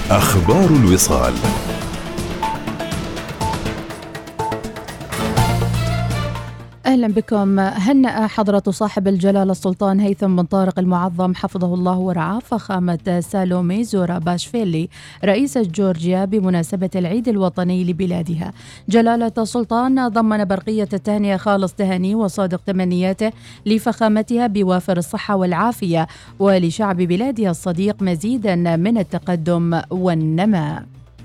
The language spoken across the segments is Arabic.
أخبار الوصال. أهلا بكم. هنأ حضرة صاحب الجلالة السلطان هيثم بن طارق المعظم حفظه الله ورعاه فخامة سالومي زوراباشفيلي رئيسة جورجيا بمناسبة العيد الوطني لبلادها. جلالة السلطان ضمن برقية التهنئة خالص تهاني وصادق تمنياته لفخامتها بوافر الصحة والعافية ولشعب بلادها الصديق مزيدا من التقدم والنماء.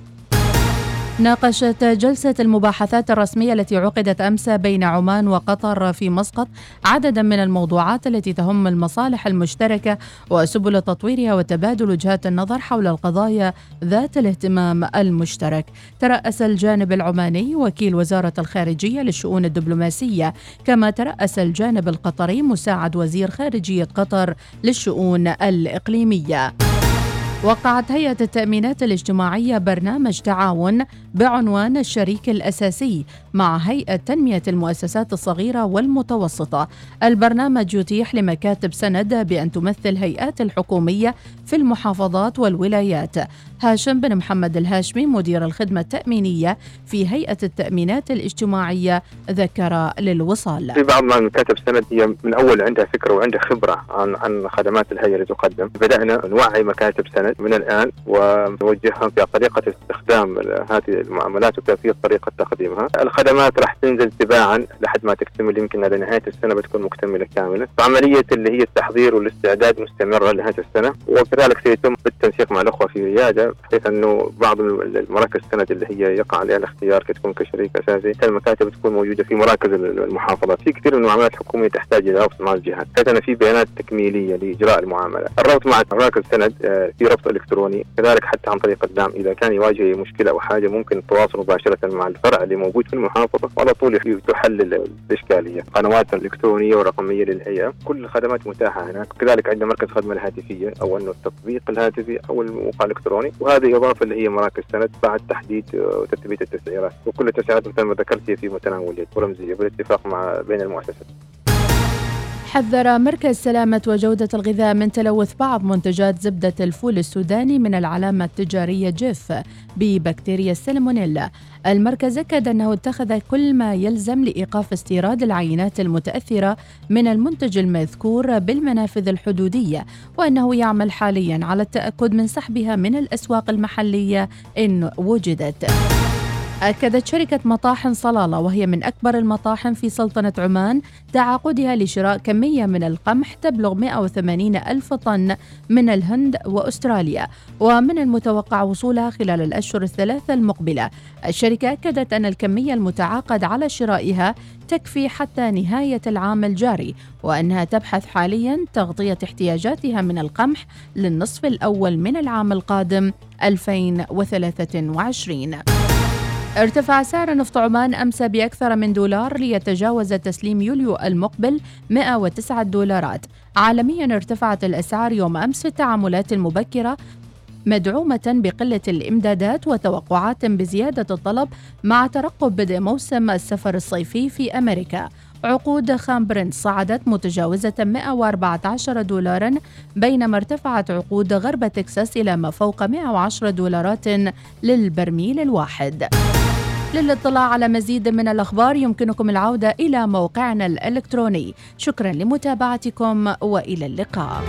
ناقشت جلسة المباحثات الرسمية التي عقدت أمس بين عمان وقطر في مسقط عددا من الموضوعات التي تهم المصالح المشتركة وسبل تطويرها وتبادل وجهات النظر حول القضايا ذات الاهتمام المشترك. ترأس الجانب العماني وكيل وزارة الخارجية للشؤون الدبلوماسية، كما ترأس الجانب القطري مساعد وزير خارجية قطر للشؤون الإقليمية. وقعت هيئة التأمينات الاجتماعية برنامج تعاون بعنوان الشريك الأساسي مع هيئة تنمية المؤسسات الصغيرة والمتوسطة. البرنامج يتيح لمكاتب سند بأن تمثل هيئات الحكومية في المحافظات والولايات. هاشم بن محمد الهاشمي مدير الخدمة التأمينية في هيئة التأمينات الاجتماعية ذكر للوصال: في بعض المكاتب سند هي من أول عندها فكرة وعندها خبرة عن خدمات الهيئة اللي تقدم. بدأنا نوعي مكاتب سند من الآن ونوجههم في طريقة استخدام هذه المعاملات وكيفية طريقة تقديمها. الخدمات راح تنزل تباعا لحد ما تكتمل، يمكن على نهاية السنة بتكون مكتملة كاملة. فعملية اللي هي التحضير والاستعداد مستمرة لنهاية السنة، وكذلك سيتم بالتنسيق مع الأخوة في ريادة بحيث أنه بعض المراكز السند اللي هي يقع عليها الاختيار كتكون كشريك أساسي، المكاتب تكون موجودة في مراكز المحافظات. في كثير من المعاملات الحكومية تحتاج إلى ربط مع الجهات بحيث أن في بيانات تكميلية لإجراء المعاملة. الربط مع مراكز السند في ربط إلكتروني، كذلك حتى عن طريق الدعم إذا كان يواجه مشكلة أو حاجة ممكن التواصل مباشرة مع الفرع اللي موجود في المحافظة وعلى طول تحل الإشكالية. قنوات إلكترونية ورقمية للهيئة، كل الخدمات متاحة هناك. كذلك عندنا مركز خدمة الهاتفية أو أنه التطبيق الهاتفي أو الموقع الإلكتروني، وهذه إضافة اللي هي مراكز سند بعد تحديد وتثبيت التسعيرات، وكل التسعيرات مثل ما ذكرت هي في متناول اليد ورمزية بالاتفاق بين المؤسسات. حذر مركز سلامة وجودة الغذاء من تلوث بعض منتجات زبدة الفول السوداني من العلامة التجارية جيف ببكتيريا السالمونيلا. المركز أكد أنه اتخذ كل ما يلزم لإيقاف استيراد العينات المتأثرة من المنتج المذكور بالمنافذ الحدودية، وأنه يعمل حالياً على التأكد من سحبها من الأسواق المحلية إن وجدت. أكدت شركة مطاحن صلالة وهي من أكبر المطاحن في سلطنة عمان تعاقدها لشراء كمية من القمح تبلغ 180 ألف طن من الهند وأستراليا، ومن المتوقع وصولها خلال الأشهر الثلاثة المقبلة. الشركة أكدت أن الكمية المتعاقد على شرائها تكفي حتى نهاية العام الجاري، وأنها تبحث حالياً تغطية احتياجاتها من القمح للنصف الأول من العام القادم 2023. ارتفع سعر نفط عمان أمس بأكثر من $، ليتجاوز تسليم يوليو المقبل 109 دولارات. عالمياً ارتفعت الأسعار يوم أمس في التعاملات المبكرة، مدعومة بقلة الإمدادات وتوقعات بزيادة الطلب مع ترقب بدء موسم السفر الصيفي في أمريكا. عقود خام برنت صعدت متجاوزة 114 دولارا، بينما ارتفعت عقود غرب تكساس إلى ما فوق 110 دولارات للبرميل الواحد. للاطلاع على مزيد من الأخبار يمكنكم العودة إلى موقعنا الإلكتروني. شكرا لمتابعتكم وإلى اللقاء.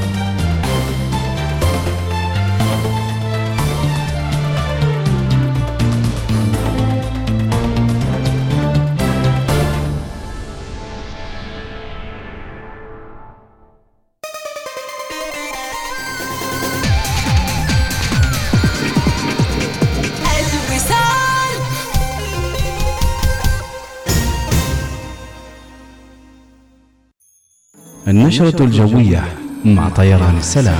النشرة الجوية مع طيران السلام.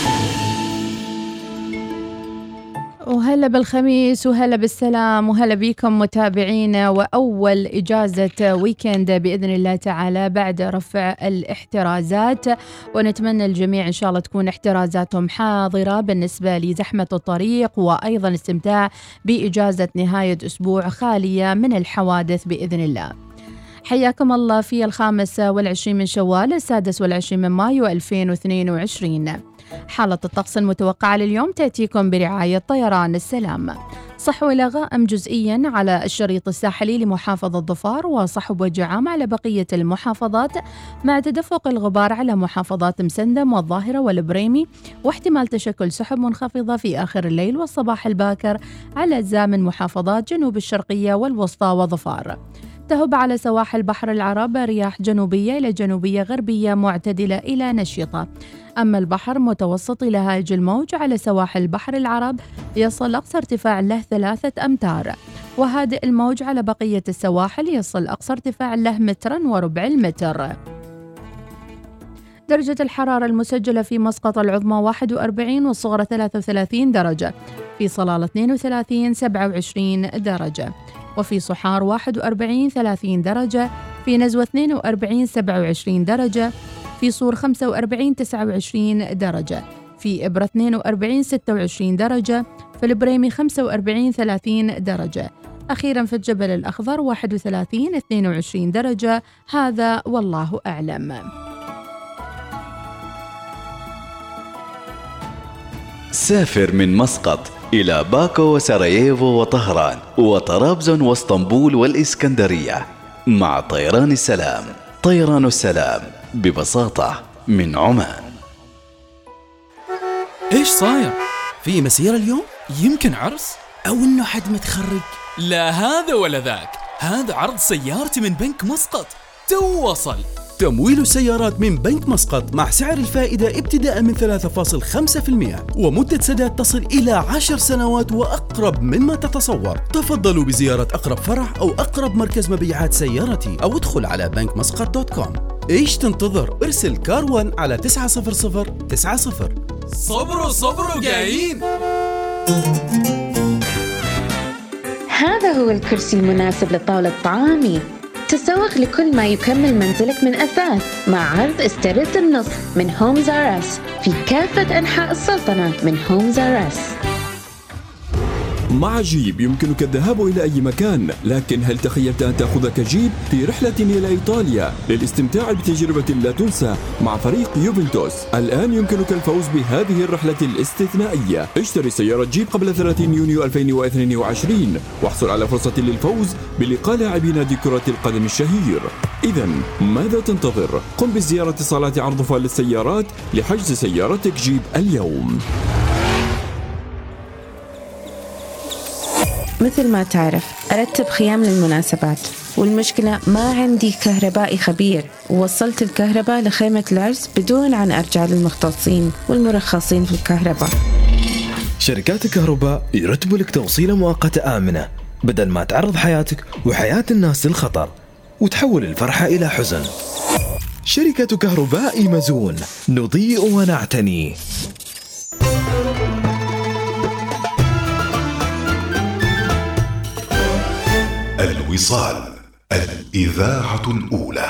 وهلا بالخميس وهلا بالسلام وهلا بكم متابعينا، وأول إجازة ويكند بإذن الله تعالى بعد رفع الاحترازات، ونتمنى الجميع إن شاء الله تكون احترازاتهم حاضرة بالنسبة لزحمة الطريق، وأيضا استمتاع بإجازة نهاية أسبوع خالية من الحوادث بإذن الله. حياكم الله في 25 من شوال 26 من مايو 2022. حالة الطقس المتوقعة لليوم تأتيكم برعاية طيران السلام. صحو إلى غائم جزئيا على الشريط الساحلي لمحافظة ظفار، وصحو وجه عام على بقية المحافظات، مع تدفق الغبار على محافظات مسندم والظاهرة والبريمي، واحتمال تشكل سحب منخفضة في آخر الليل والصباح الباكر على أجزاء من محافظات جنوب الشرقية والوسطى وظفار. تهب على سواحل بحر العرب رياح جنوبية إلى جنوبية غربية معتدلة إلى نشطة. أما البحر متوسط إلى هائج الموج على سواحل بحر العرب يصل أقصى ارتفاع له 3 أمتار، وهادئ الموج على بقية السواحل يصل أقصى ارتفاع له 1.25 متر. درجة الحرارة المسجلة في مسقط العظمى 41 والصغرى 33 درجة، في صلالة 32 27 درجة، وفي صحار 41 30 درجة، في نزوة 42 27 درجة، في صور 45 29 درجة، في إبرة 42 26 درجة، في البريمي 45 30 درجة، أخيرا في الجبل الأخضر 31 22 درجة. هذا والله أعلم. سافر من مسقط إلى باكو وسراييفو وطهران وطرابزون واسطنبول والإسكندرية مع طيران السلام. طيران السلام ببساطة من عمان. إيش صاير؟ في مسيرة اليوم؟ يمكن عرس؟ أو إنه حد متخرج؟ لا هذا ولا ذاك، هذا عرض سيارتي من بنك مسقط تو وصل. تمويل السيارات من بنك مسقط مع سعر الفائدة ابتداء من 3.5% ومدة سداد تصل إلى 10 سنوات وأقرب مما تتصور. تفضلوا بزيارة أقرب فرع أو أقرب مركز مبيعات سيارتي أو ادخل على bankmuscat.com. إيش تنتظر؟ ارسل كار1 على 90090. صبروا جايين. هذا هو الكرسي المناسب لطاولة طعامي. تسوق لكل ما يكمل منزلك من أثاث مع عرض استرد النص من هومز آر أس في كافة أنحاء السلطنة من هومز آر أس. مع جيب يمكنك الذهاب إلى أي مكان، لكن هل تخيلت أن تأخذك جيب في رحلة إلى إيطاليا للاستمتاع بتجربة لا تنسى مع فريق يوفنتوس؟ الآن يمكنك الفوز بهذه الرحلة الاستثنائية. اشتري سيارة جيب قبل 30 يونيو 2022 واحصل على فرصة للفوز بلقاء لاعبي نادي كرة القدم الشهير. إذن ماذا تنتظر؟ قم بزيارة صالات عرض فال للسيارات لحجز سيارتك جيب اليوم. مثل ما تعرف أرتب خيام للمناسبات، والمشكلة ما عندي كهربائي خبير، ووصلت الكهرباء لخيمة العرس بدون أن أرجع للمختصين والمرخصين في الكهرباء. شركات الكهرباء يرتبوا لك توصيلة مؤقتة آمنة بدل ما تعرض حياتك وحياة الناس للخطر وتحول الفرحة إلى حزن. شركة كهرباء مزون، نضيء ونعتني. الوصال، الإذاعة الأولى.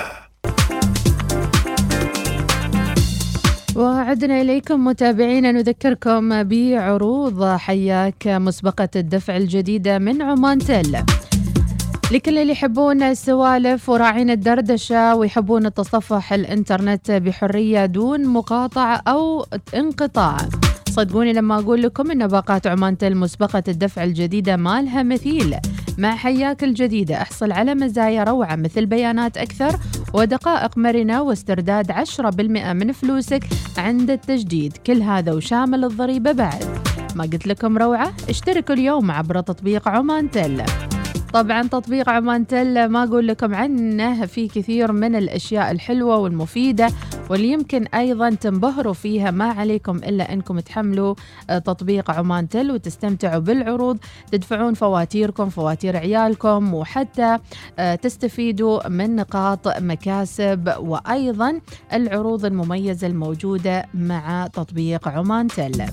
وعدنا إليكم متابعينا، نذكركم بعروض حياك مسبقة الدفع الجديدة من عمان تل. لكل اللي يحبون السوالف وراعين الدردشة ويحبون التصفح الإنترنت بحرية دون مقاطعة أو انقطاع، صدقوني لما أقول لكم إن باقات عمان تل مسبقة الدفع الجديدة ما لها مثيل. مع حياك الجديدة احصل على مزايا روعة مثل بيانات أكثر ودقائق مرنة واسترداد 10% من فلوسك عند التجديد، كل هذا وشامل الضريبة بعد. ما قلت لكم روعة؟ اشتركوا اليوم عبر تطبيق عمان تل. طبعا تطبيق عمان تل ما أقول لكم عنه في كثير من الأشياء الحلوة والمفيدة واللي يمكن أيضا تنبهروا فيها. ما عليكم إلا أنكم تحملوا تطبيق عمان تل وتستمتعوا بالعروض، تدفعون فواتيركم، فواتير عيالكم، وحتى تستفيدوا من نقاط مكاسب وأيضا العروض المميزة الموجودة مع تطبيق عمان تل.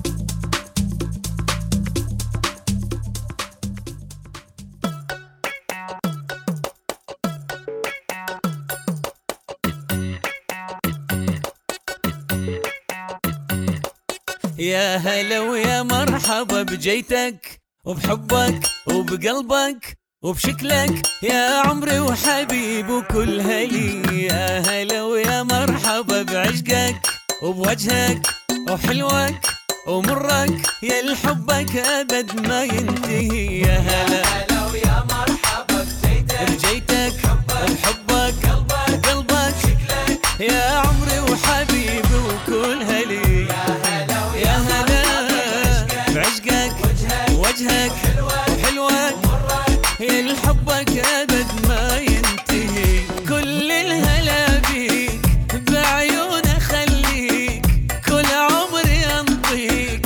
يا هلا ويا مرحبا بجيتك وبحبك وبقلبك وبشكلك يا عمري وحبيب وكل هلي. يا هلا ويا مرحبا بعشقك وبوجهك وحلوك ومرك يا الحبك أبد ما ينتهي. يا هلا ويا مرحبا بجيتك وبحبك قلبك يا عمري وحبيبي وكل هلي. يا هلا بعشقك وجهك وحلوك يا الحبك أبد ما ينتهي. كل الهلا بيك بعيون أخليك كل عمري أنطيك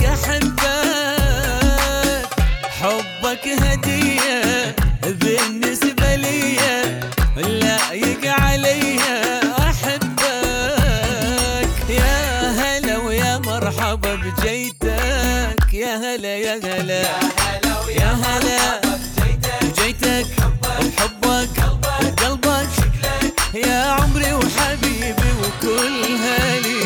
أحبك. حبك هدية بالنسبة لي لايق علي أحبك. يا هلا ويا مرحبا بجيتك يا هلا يا هلا يا هلا بجيتك وبحبك وقلبك يا عمري وحبيبي وكل هالي.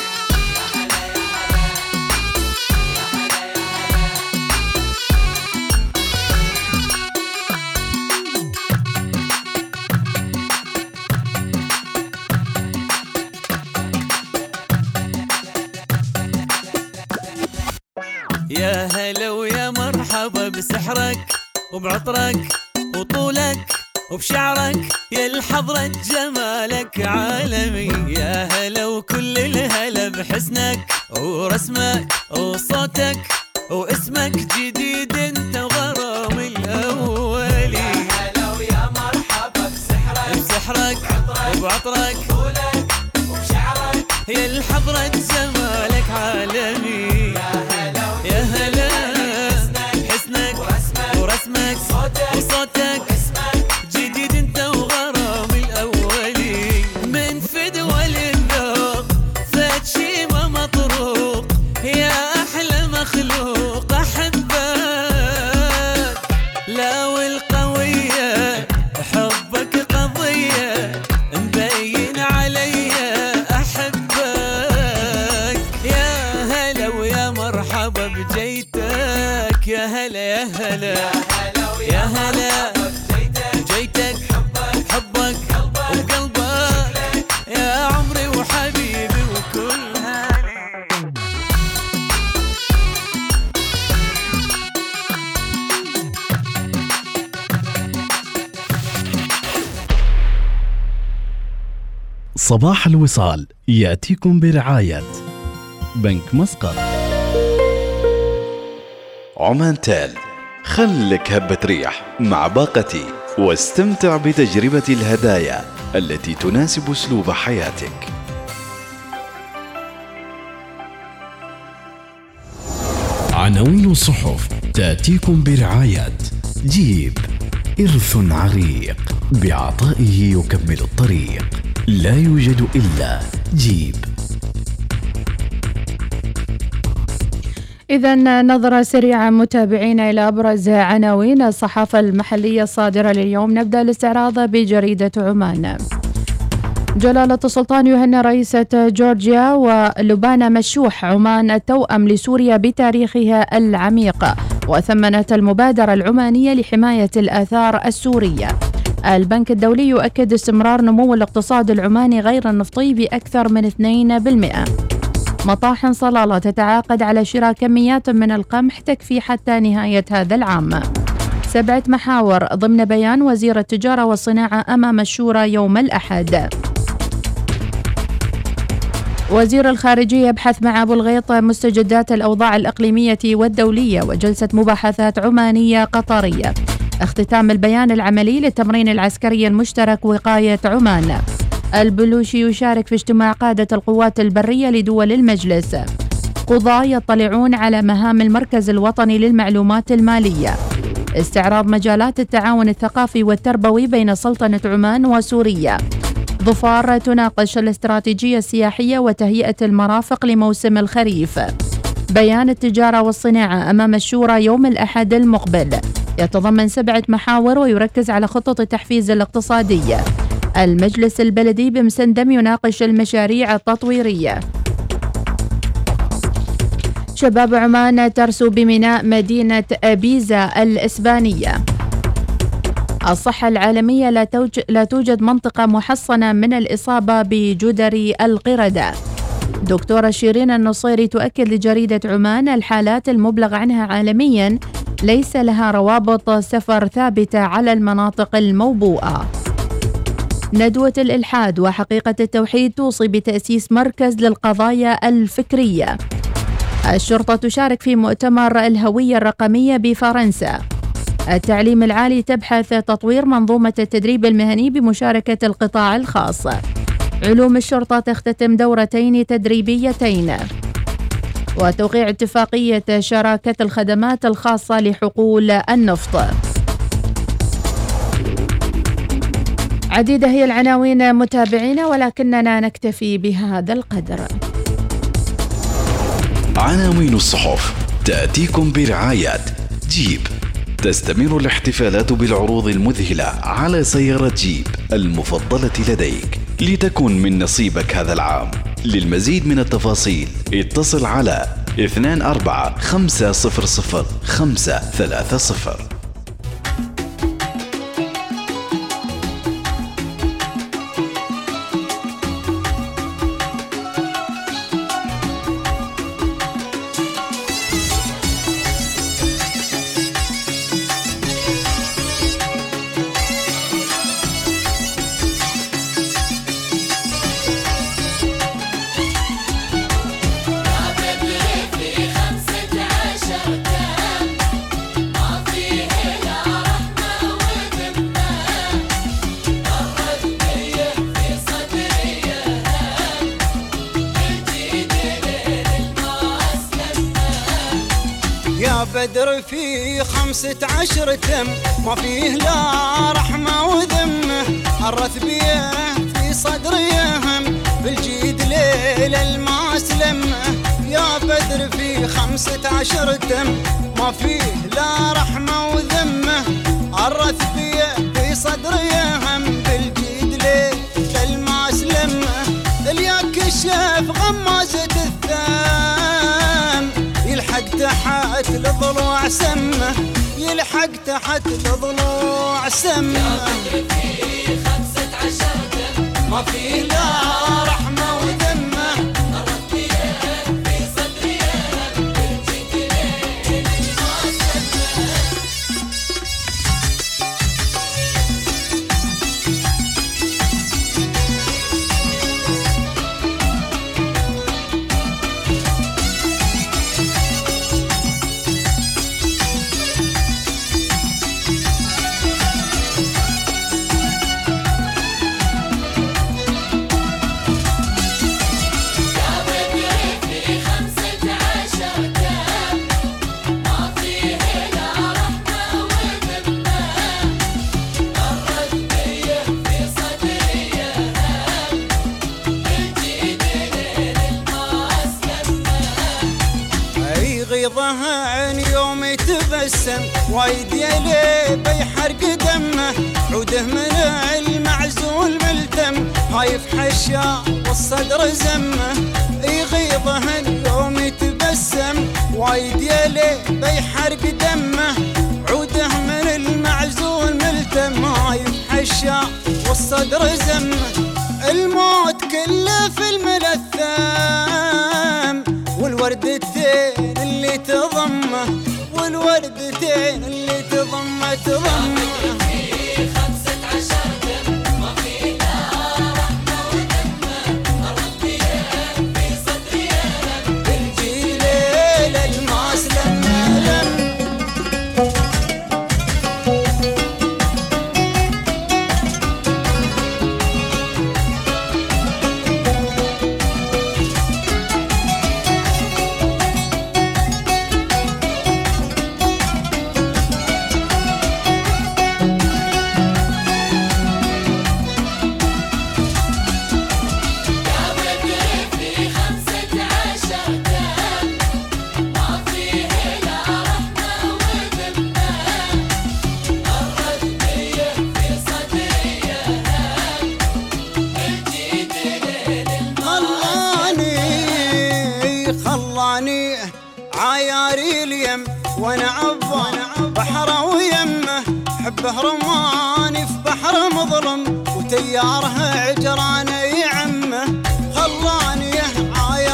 يا هلا ويا مرحبا بسحرك وبعطرك وطولك وبشعرك يا الحضرة جمالك عالمي. يا هلا وكل الهلا بحسنك ورسمك وصوتك واسمك جديد انت وغرامي الاولي. يا هلا ويا مرحبا بسحرك وبعطرك وطولك وبشعرك يا الحضرة جمالك عالمي. يا هلا حسنك ورسمك وصوتك جديد انت وغرامي الاولي. من فدوى للذوق فات شي ما مطروق يا احلى مخلوق احبك. لا والقوية حبك قضية مبين علي احبك. يا هلا ويا مرحبا بجيتك يا هلا يا هلا يا هلا بجيتك حبك وقلبك يا عمري وحبيبي وكل هالي. صباح الوصال يأتيكم برعاية بنك مسقط. عمان تال، خلك هبة ريح مع باقتي واستمتع بتجربة الهدايا التي تناسب أسلوب حياتك. عناوين الصحف تأتيكم برعاية جيب، إرث عريق بعطائه يكمل الطريق، لا يوجد إلا جيب. إذن نظرة سريعة متابعينا إلى أبرز عناوين الصحافة المحلية الصادرة لليوم. نبدأ الاستعراض بجريدة عمان. جلالة السلطان يهنى رئيسة جورجيا ولبنان مشوح عمان التوأم لسوريا بتاريخها العميق، وثمنت المبادرة العمانية لحماية الآثار السورية. البنك الدولي يؤكد استمرار نمو الاقتصاد العماني غير النفطي بأكثر من 2%. مطاحن صلالة تتعاقد على شراء كميات من القمح تكفي حتى نهاية هذا العام. 7 محاور ضمن بيان وزير التجارة والصناعة أمام الشورى يوم الأحد. وزير الخارجية يبحث مع أبو الغيط مستجدات الأوضاع الإقليمية والدولية وجلسة مباحثات عمانية قطرية. اختتام البيان العملي للتمرين العسكري المشترك وقاية عمان. البلوشي يشارك في اجتماع قادة القوات البرية لدول المجلس. قضاة يطلعون على مهام المركز الوطني للمعلومات المالية. استعراض مجالات التعاون الثقافي والتربوي بين سلطنة عمان وسوريا. ظفار تناقش الاستراتيجية السياحية وتهيئة المرافق لموسم الخريف. بيان التجارة والصناعة أمام الشورى يوم الأحد المقبل، يتضمن 7 محاور ويركز على خطط التحفيز الاقتصادي. المجلس البلدي بمسندم يناقش المشاريع التطويرية. شباب عمان ترسو بميناء مدينة بيزا الإسبانية. الصحة العالمية لا توجد منطقة محصنة من الإصابة بجدري القردة. دكتورة شيرين النصيري تؤكد لجريدة عمان الحالات المبلغ عنها عالميا ليس لها روابط سفر ثابتة على المناطق الموبوءة. ندوة الإلحاد وحقيقة التوحيد توصي بتأسيس مركز للقضايا الفكرية. الشرطة تشارك في مؤتمر الهوية الرقمية بفرنسا. التعليم العالي تبحث تطوير منظومة التدريب المهني بمشاركة القطاع الخاص. علوم الشرطة تختتم دورتين تدريبيتين. وتوقيع اتفاقية شراكة الخدمات الخاصة لحقول النفط. عديدة هي العناوين متابعينا، ولكننا نكتفي بهذا القدر. عناوين الصحف تأتيكم برعاية جيب. تستمر الاحتفالات بالعروض المذهلة على سيارة جيب المفضلة لديك لتكون من نصيبك هذا العام. للمزيد من التفاصيل اتصل على 24500530. بدر في 15 تم ما فيه لا رحمة وذمة، الرث بيه في صدري هم بالجيد ليل الماسلمة. يا بدر في 15 تم ما فيه لا رحمة وذمة، الرث بيه في صدري هم بالجيد ليل الماسلمة. الياك الشاف غمازة الثام يلحق تحت الضلوع سمه، يلحق تحت الضلوع سمه. يا بدر في 15 دم ما فيه لا رحمة وذمة، الرث بيه في صدري بالجد ليل الماسلمة. عين يوم يتبسم وايد يلي بيحرق دمه، عوده من المعزول ملتم هايف حشا والصدر زمه. يغيظه يوم يتبسم وايد يلي بيحرق دمه، عوده من المعزول ملتم هايف حشا والصدر زمه. الموت كله في الملثام والوردتين اللي تضمه، والوردتين اللي تضمه تضمه. في 15 دم ما فيه لا رحمة وذمة، الرث بيه في صدري بالجيل ليل الماسلمة لم. عياري اليم وانا عبان بحره ويمه، حبه رماني في بحر مظلم وتيارها عجرانه يعمه. خلاني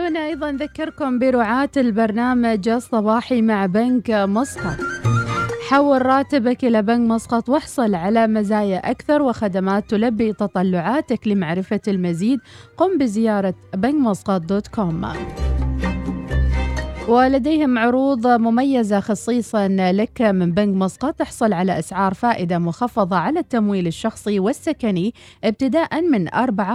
خلونا أيضا نذكركم برعاة البرنامج الصباحي مع بنك مسقط. حول راتبك إلى بنك مسقط واحصل على مزايا أكثر وخدمات تلبي تطلعاتك. لمعرفة المزيد قم بزيارة bankmuscat.com. ولديهم عروض مميزة خصيصا لك من بنك مسقط. تحصل على أسعار فائدة مخفضة على التمويل الشخصي والسكني ابتداء من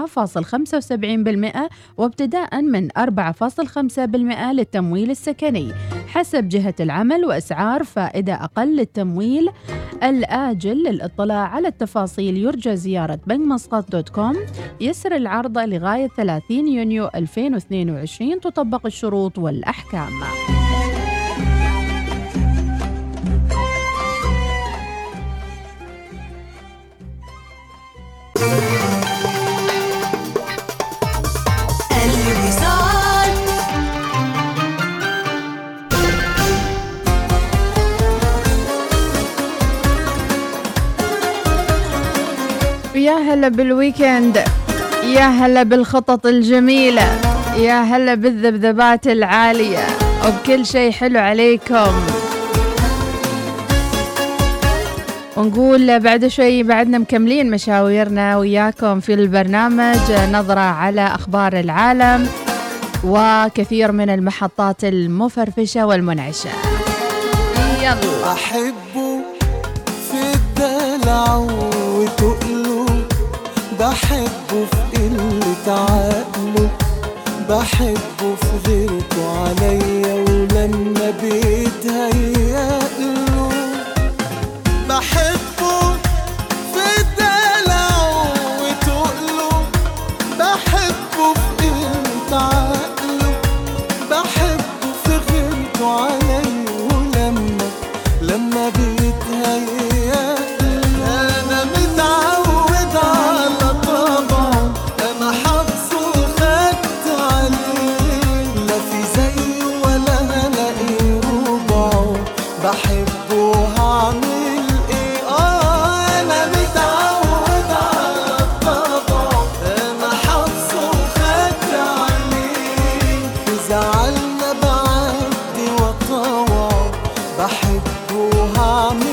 4.75% وابتداء من 4.5% للتمويل السكني حسب جهة العمل، وأسعار فائدة أقل للتمويل الآجل. للإطلاع على التفاصيل يرجى زيارة bankmuscat.com. يسر العرض لغاية 30 يونيو 2022. تطبق الشروط والأحكام. يا هلا بالويكند، يا هلا بالخطط الجميلة، يا هلا بالذبذبات العالية وبكل شيء حلو عليكم. ونقول بعد شوي بعدنا مكملين مشاويرنا وياكم في البرنامج، نظرة على أخبار العالم وكثير من المحطات المفرفشة والمنعشة. يلا. أحبه في الدلع وتقله، بحبه في قلة عقله، بحبه في غيرته عليا ولما بيتهيأله، بحبه في الدلع وتقله، بحبه في قلة عقله، بحبه في غيرته عليا ولما بيتهيأله. أنا متعود على طبعه، أنا حافظه وخدت عليه، لا في زيه ولا هلاقي ربعه، بحبه هعمل إيه؟ أنا متعود على طبعه، أنا حافظه وخدت عليه، في زعلنا بعدي وطوعه، بحبه هعمل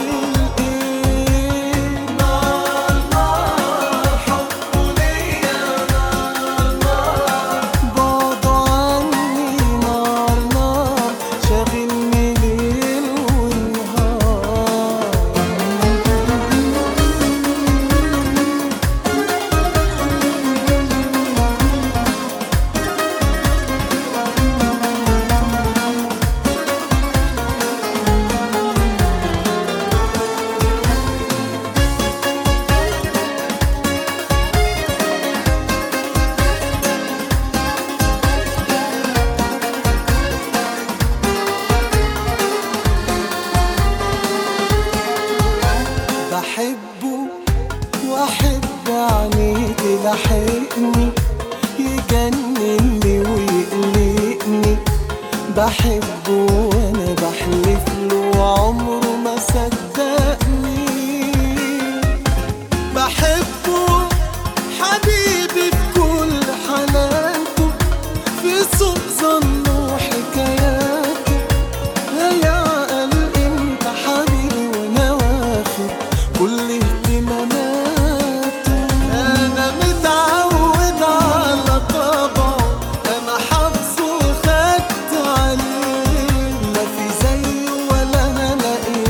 يلاحقني يجنني ويقلقني، بحبه وانا بحلف له عمره ما صدقني، بحبه حبيبي بكل حنانته، في سوء ظنه وحكاياته، هيعقل انت حبيبي وانا واخد كل اهتماماته. انا متعود على طبعه، انا حافظه وخدت عليه، لا في زيه ولا هلاقي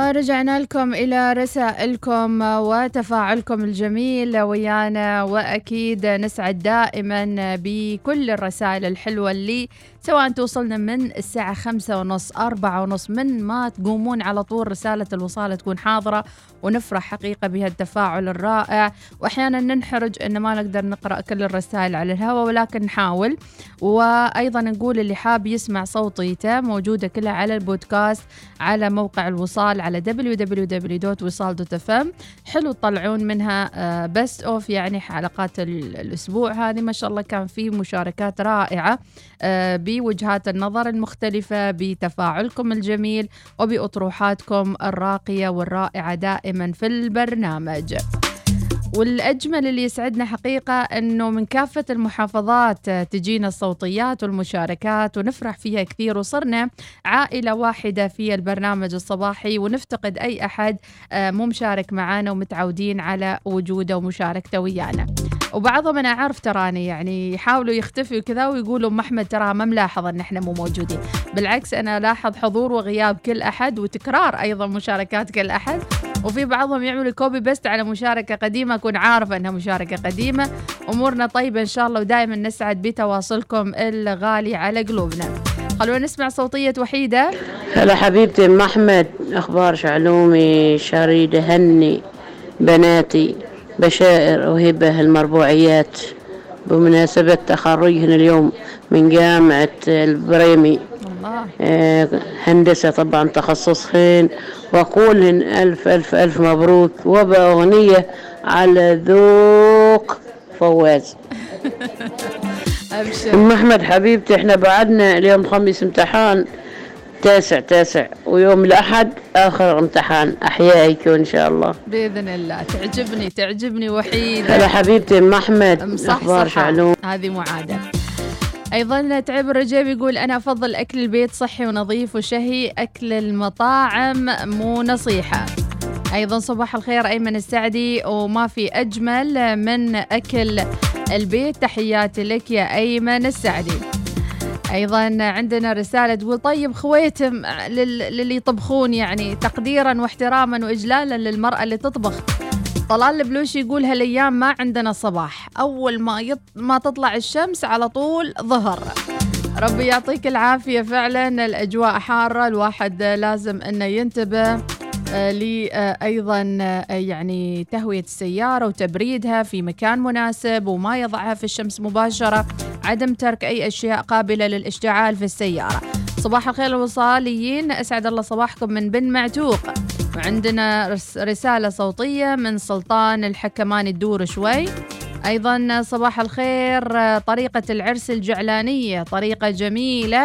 ورجعنا لكم إلى رسائلكم وتفاعلكم الجميل ويانا، وأكيد نسعد دائما بكل الرسائل الحلوة اللي سواء توصلنا من الساعة 5:30 4:30 من ما تقومون على طول رسالة الوصال تكون حاضرة، ونفرح حقيقة بهالتفاعل الرائع. وأحيانا ننحرج إن ما نقدر نقرأ كل الرسائل على الهواء، ولكن نحاول. وأيضا نقول اللي حاب يسمع صوتيته موجودة كلها على البودكاست على موقع الوصال على www.wisal.fm. حلو تطلعون منها بست اوف، يعني حلقات الأسبوع هذه ما شاء الله كان فيه مشاركات رائعة بوجهات النظر المختلفة، بتفاعلكم الجميل وبأطروحاتكم الراقية والرائعة دائما في البرنامج. والأجمل اللي يسعدنا حقيقة أنه من كافة المحافظات تجينا الصوتيات والمشاركات ونفرح فيها كثير، وصرنا عائلة واحدة في البرنامج الصباحي، ونفتقد أي أحد مو مشارك معانا ومتعودين على وجوده ومشاركته ويانا. وبعضهم أنا أعرف تراني يعني يحاولوا يختفوا كذا ويقولوا أم أحمد ترى ما ملاحظ أن احنا مو موجودين. بالعكس أنا لاحظ حضور وغياب كل أحد، وتكرار أيضا مشاركات كل أحد. وفي بعضهم يعملوا كوبي بيست على مشاركة قديمة أكون عارفة أنها مشاركة قديمة. أمورنا طيبة إن شاء الله، ودائما نسعد بتواصلكم الغالي على قلوبنا. خلونا نسمع صوتية وحيدة. هلا حبيبتي أم أحمد، أخبار شعلومي شريدة هني بناتي بشائر وهبة المربوعيات بمناسبة تخرجهن اليوم من جامعة البريمي هندسة طبعا تخصصهن، وأقولهن ألف ألف ألف مبروك، وبأغنية على ذوق فواز. أم أحمد حبيبتي احنا بعدنا اليوم خميس امتحان 9 ويوم الأحد آخر امتحان أحيائك إن شاء الله بإذن الله. تعجبني وحيدة. هلا حبيبتي أم أحمد، أخبار شعلوم؟ هذه معادة. أيضا تعب الرجيب يقول أنا أفضل أكل البيت صحي ونظيف وشهي، أكل المطاعم مو نصيحة. أيضا صباح الخير أيمن السعدي، وما في أجمل من أكل البيت، تحياتي لك يا أيمن السعدي. أيضا عندنا رسالة تقول طيب خويتم للي يطبخون، يعني تقديرا واحتراما وإجلالا للمرأة اللي تطبخ. طلال البلوشي يقول هالأيام ما عندنا صباح، أول ما تطلع الشمس على طول ظهر. ربي يعطيك العافية، فعلا الأجواء حارة، الواحد لازم أنه ينتبه أيضا يعني تهوية السيارة وتبريدها في مكان مناسب، وما يضعها في الشمس مباشرة، عدم ترك أي أشياء قابلة للاشتعال في السيارة. صباح الخير الوصاليين، أسعد الله صباحكم من بن معتوق. وعندنا رسالة صوتية من سلطان الحكماني تدور شوي. أيضا صباح الخير، طريقة العرس الجعلانية طريقة جميلة،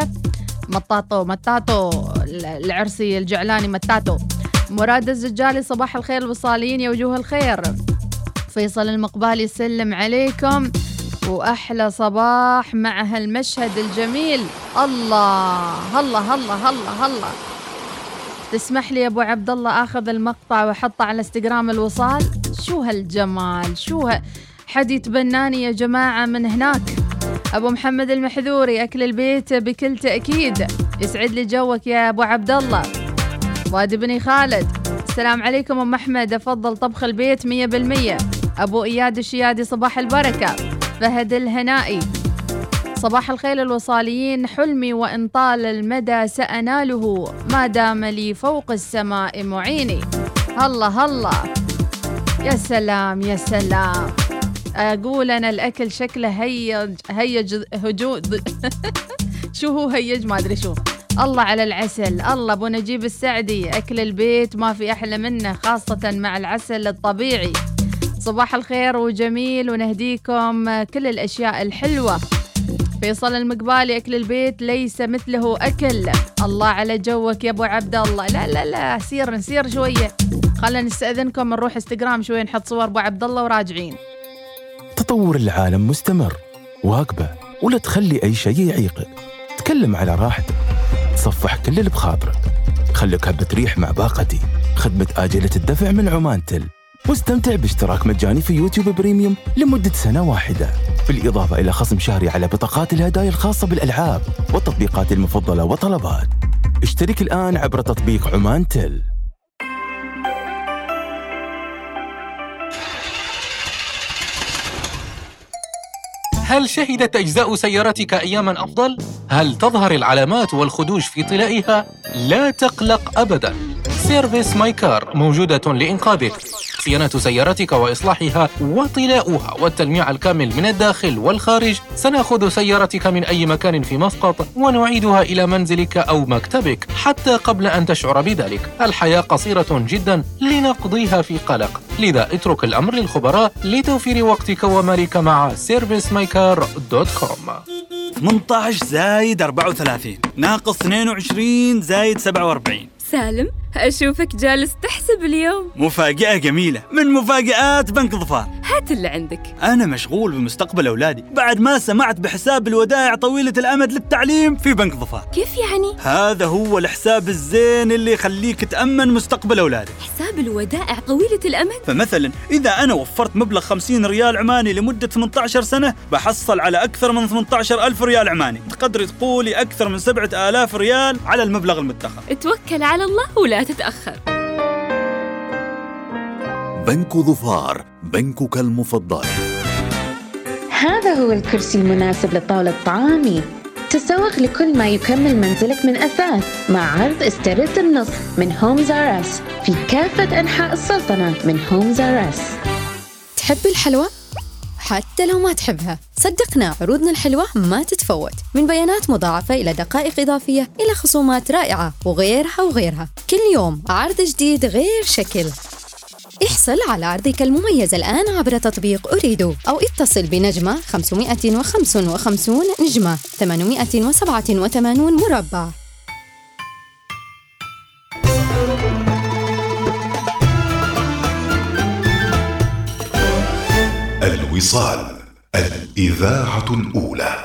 مطاطو العرسي الجعلاني مطاطو. مراد الزجالي صباح الخير الوصاليين يا وجوه الخير. فيصل المقبالي يسلم عليكم، وأحلى صباح مع هالمشهد الجميل. الله الله الله الله الله. تسمح لي يا أبو عبد الله أخذ المقطع وحطه على انستغرام الوصال؟ شو هالجمال، حد يتبناني يا جماعة من هناك. أبو محمد المحذوري، أكل البيت بكل تأكيد. يسعد لي جوك يا أبو عبد الله. وادي بني خالد، السلام عليكم أم أحمد، أفضل طبخ البيت 100%. أبو إياد الشيادي صباح البركة. فهد الهنائي صباح الخير الوصاليين، حلمي وإن طال المدى سأناله ما دام لي فوق السماء معيني. الله الله، يا سلام يا سلام. أقول أنا الأكل شكله هيج هجود شو هو هيج ما أدري شو. الله على العسل، الله أبو نجيب السعدي، أكل البيت ما في أحلى منه خاصة مع العسل الطبيعي. صباح الخير وجميل، ونهديكم كل الأشياء الحلوة. فيصل المقبالي، أكل البيت ليس مثله أكل. الله على جوك يا أبو عبد الله. لا لا لا، نسير شوية، خلنا نستأذنكم نروح انستغرام شوية نحط صور أبو عبد الله وراجعين. تطور العالم مستمر، واقبه ولا تخلي أي شيء يعيقك. تكلم على راحتك، تصفح كل اللي بخاطرك، خليك هبة ريح مع باقتي، خدمة آجلة الدفع من عمان تل، واستمتع باشتراك مجاني في يوتيوب بريميوم لمدة 1 سنة، بالإضافة إلى خصم شهري على بطاقات الهدايا الخاصة بالألعاب والتطبيقات المفضلة وطلبات. اشترك الآن عبر تطبيق عمان تل. هل شهدت أجزاء سيارتك أياماً أفضل؟ هل تظهر العلامات والخدوش في طلائها؟ لا تقلق أبداً. سيرفيس ماي كار موجودة لإنقاذك. صيانة سيارتك وإصلاحها وطلاؤها والتلميع الكامل من الداخل والخارج. سنأخذ سيارتك من أي مكان في مسقط ونعيدها إلى منزلك أو مكتبك حتى قبل أن تشعر بذلك. الحياة قصيرة جداً لنقضيها في قلق، لذا اترك الأمر للخبراء لتوفير وقتك ومالك مع servicemycar.com. 18 زايد 34 ناقص 22 زايد 47. سالم، أشوفك جالس تحسب اليوم. مفاجأة جميلة من مفاجآت بنك ظفار. هات اللي عندك. أنا مشغول بمستقبل أولادي بعد ما سمعت بحساب الودائع طويلة الأمد للتعليم في بنك ظفار. كيف يعني؟ هذا هو الحساب الزين اللي يخليك تأمن مستقبل أولادك. حساب الودائع طويلة الأمد؟ فمثلا إذا أنا وفرت مبلغ 50 ريال عماني لمدة 18 سنة بحصل على أكثر من 18,000 ريال عماني. تقدري تقولي أكثر من 7,000 ريال على المبلغ المدخر. اتوكل على الله ولا تتأخر. بنك ظفار، بنكك المفضل. هذا هو الكرسي المناسب لطاولة طعامي. تسوق لكل ما يكمل منزلك من أثاث مع عرض استرد النص من هومز آر اس في كافة أنحاء السلطنة من هومز آر اس. تحب الحلوى؟ حتى لو ما تحبها صدقنا، عروضنا الحلوة ما تتفوت، من بيانات مضاعفة إلى دقائق إضافية إلى خصومات رائعة وغيرها. كل يوم عرض جديد غير شكل. احصل على عرضك المميز الآن عبر تطبيق أريدو أو اتصل بنجمة 555 نجمة 887 مربع. الوصال، الإذاعة الأولى.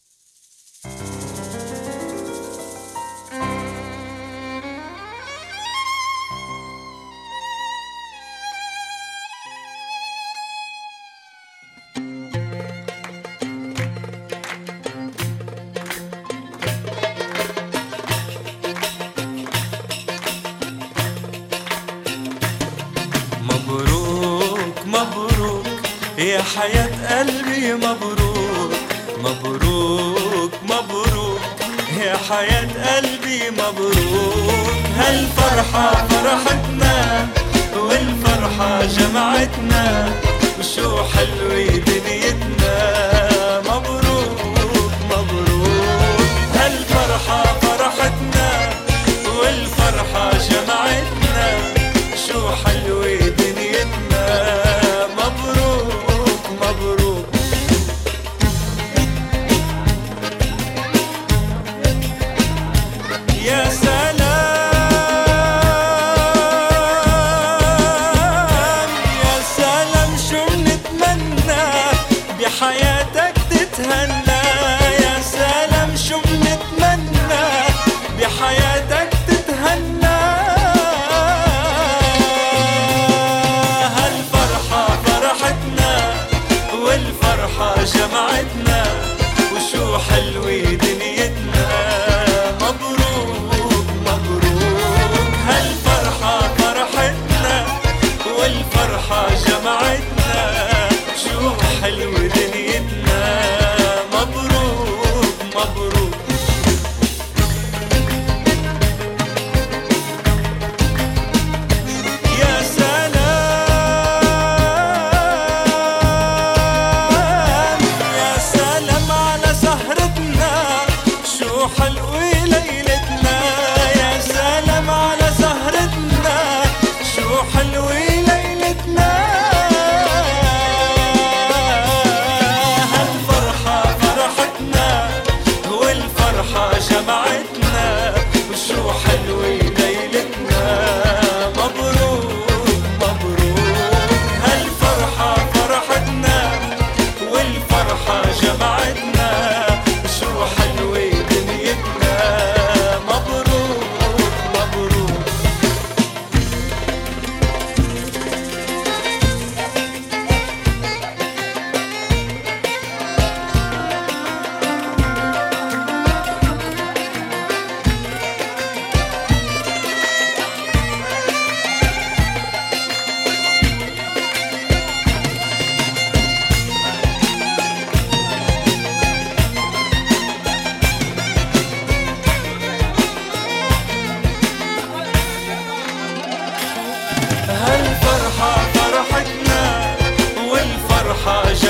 يا حياة قلبي مبروك مبروك مبروك، يا حياة قلبي مبروك. هالفرحة فرحتنا والفرحة جمعتنا، وشو حلوة دنيتنا. مبروك مبروك، هالفرحة فرحتنا والفرحة جمعتنا، شو حلوة دنيتنا. مبروك مبروك. يا سلام يا سلام شو منتمنى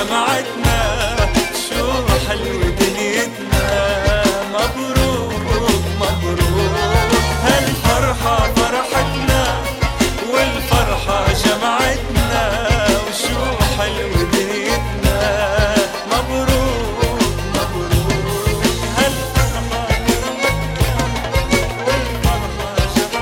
جمعتنا شو حلو دنيتنا مبروك مبروك هالفرحة فرحتنا والفرحة جمعتنا وشو حلو دنيتنا مبروك مبروك هالفرحة والفرحة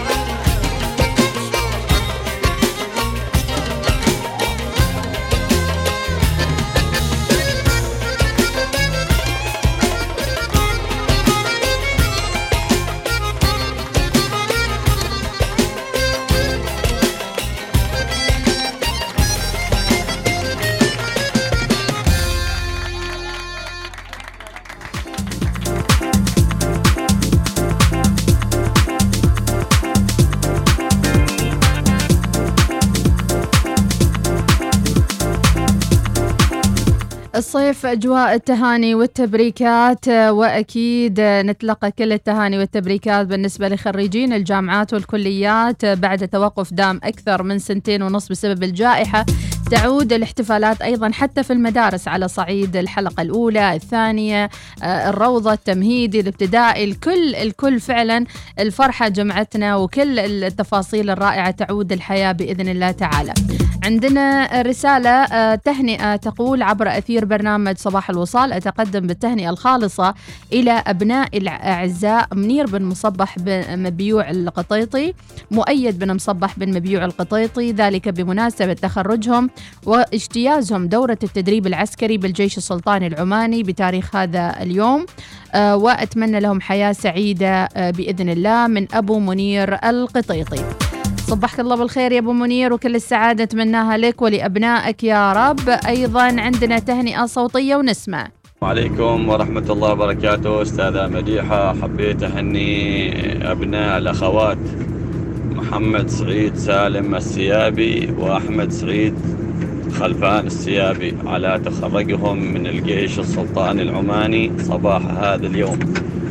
الصيف أجواء التهاني والتبريكات، وأكيد نتلقى كل التهاني والتبريكات بالنسبة لخريجين الجامعات والكليات بعد توقف دام أكثر من 2.5 بسبب الجائحة. تعود الاحتفالات أيضا حتى في المدارس على صعيد الحلقة الأولى الثانية الروضة التمهيدي الابتدائي، الكل فعلا الفرحة جمعتنا وكل التفاصيل الرائعة تعود الحياة بإذن الله تعالى. عندنا رسالة تهنئة تقول: عبر أثير برنامج صباح الوصال أتقدم بالتهنئة الخالصة إلى أبناء الأعزاء منير بن مصبح بن مبيوع القطيطي، مؤيد بن مصبح بن مبيوع القطيطي، ذلك بمناسبة تخرجهم واجتيازهم دورة التدريب العسكري بالجيش السلطاني العماني بتاريخ هذا اليوم، وأتمنى لهم حياة سعيدة بإذن الله، من أبو منير القطيطي. صبحك الله بالخير يا أبو منير وكل السعادة أتمناها لك ولأبنائك يا رب. أيضا عندنا تهنئة صوتية ونسمع. وعليكم ورحمة الله وبركاته. أستاذة مديحة، حبيت أهني أبناء الأخوات محمد سعيد سالم السيابي وأحمد سعيد خلفان السيابي على تخرجهم من الجيش السلطاني العماني صباح هذا اليوم.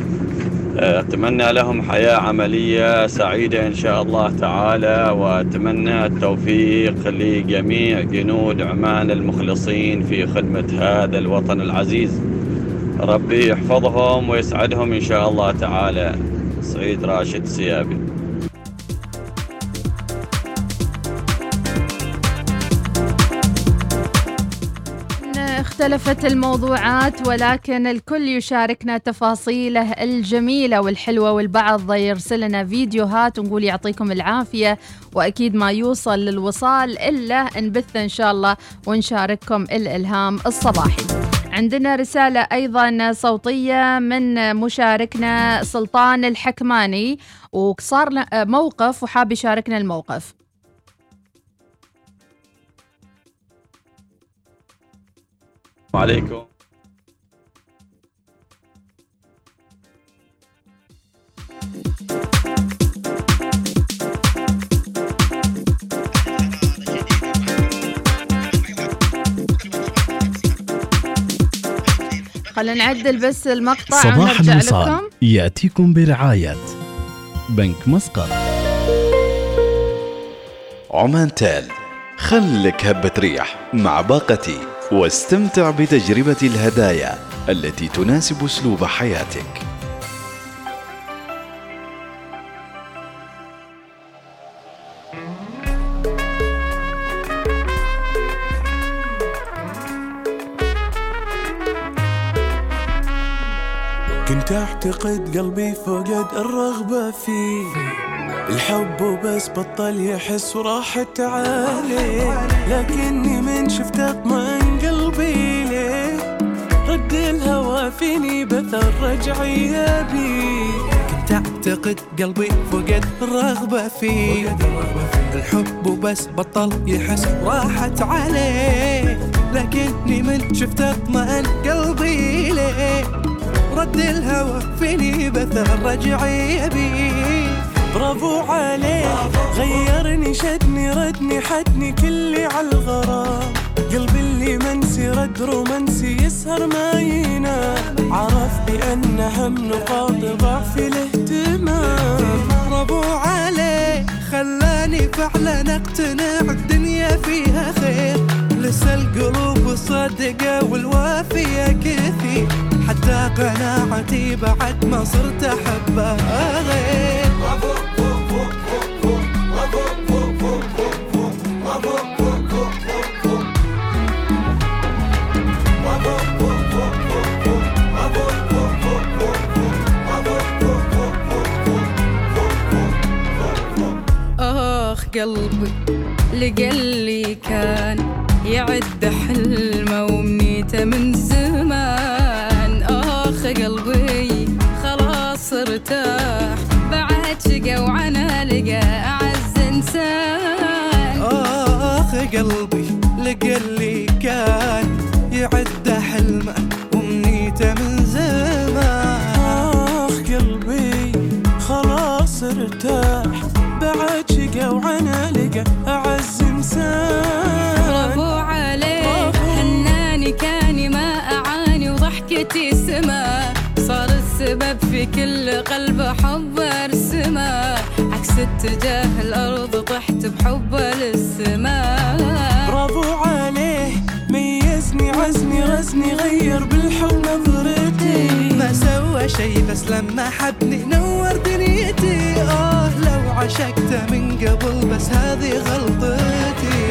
أتمنى لهم حياة عملية سعيدة إن شاء الله تعالى، وأتمنى التوفيق لجميع جنود عمان المخلصين في خدمة هذا الوطن العزيز. ربي يحفظهم ويسعدهم إن شاء الله تعالى. سعيد راشد السيابي. اختلفت الموضوعات ولكن الكل يشاركنا تفاصيله الجميلة والحلوة، والبعض يرسلنا فيديوهات ونقول يعطيكم العافية، وأكيد ما يوصل للوصال إلا نبث إن شاء الله ونشارككم الإلهام الصباحي. عندنا رسالة أيضا صوتية من مشاركنا سلطان الحكماني، وصار موقف وحاب يشاركنا الموقف. عليكم. خلينا نعدل بس المقطع صباح ونرجع الوصال لكم. يأتيكم برعاية بنك مسقط. عمان تال، خلك هبة ريح مع باقتي واستمتع بتجربة الهدايا التي تناسب أسلوب حياتك. كنت أعتقد قلبي فقد الرغبة فيه، الحب وبس بطل يحس وراحت عليه، لكني من شفت اطمئن قلبي ليه، رد الهوى فيني بثر رجعي بيه. كنت أعتقد قلبي فقد الرغبة فيه، الحب وبس بطل يحس وراحت عليه، لكني من شفت اطمئن قلبي ليه، رد الهوى فيني بثر رجعي بيه. برافو عليه، غيرني شدني ردني حدني كلي عالغرام، قلبي اللي منسي رد رومانسي يسهر ما ينام، عرف بأن هم نقاط ضعف الاهتمام. برافو عليه، خلاني فعلا اقتنع الدنيا فيها خير، لسه القلوب وصل المصدقة والوافية كثير، حتى قناعتي بعد ما صرت أحبها غير. قلبي لقلي كان يعد حلمه ومنيته من زمان. قلبي خلاص ارتاح بعد شقا وعنا لقى أعز إنسان. قلبي لقلي كان يعد حلمه ومنيته من زمان. قلبي خلاص ارتاح بعد شقا وعنا لقى أعز إنسان. برافو عليه حناني كاني ما أعاني وضحكتي سما، صار السبب في كل قلب حب ارسمه، عكس اتجاه الأرض طحت بحبه للسماء. برافو عليه ميزني عزني رزني غير بالحب نظرتي، ما سوى شي بس لما حبني نور دنيتي. لو عشقته من قبل بس هذه غلطتي.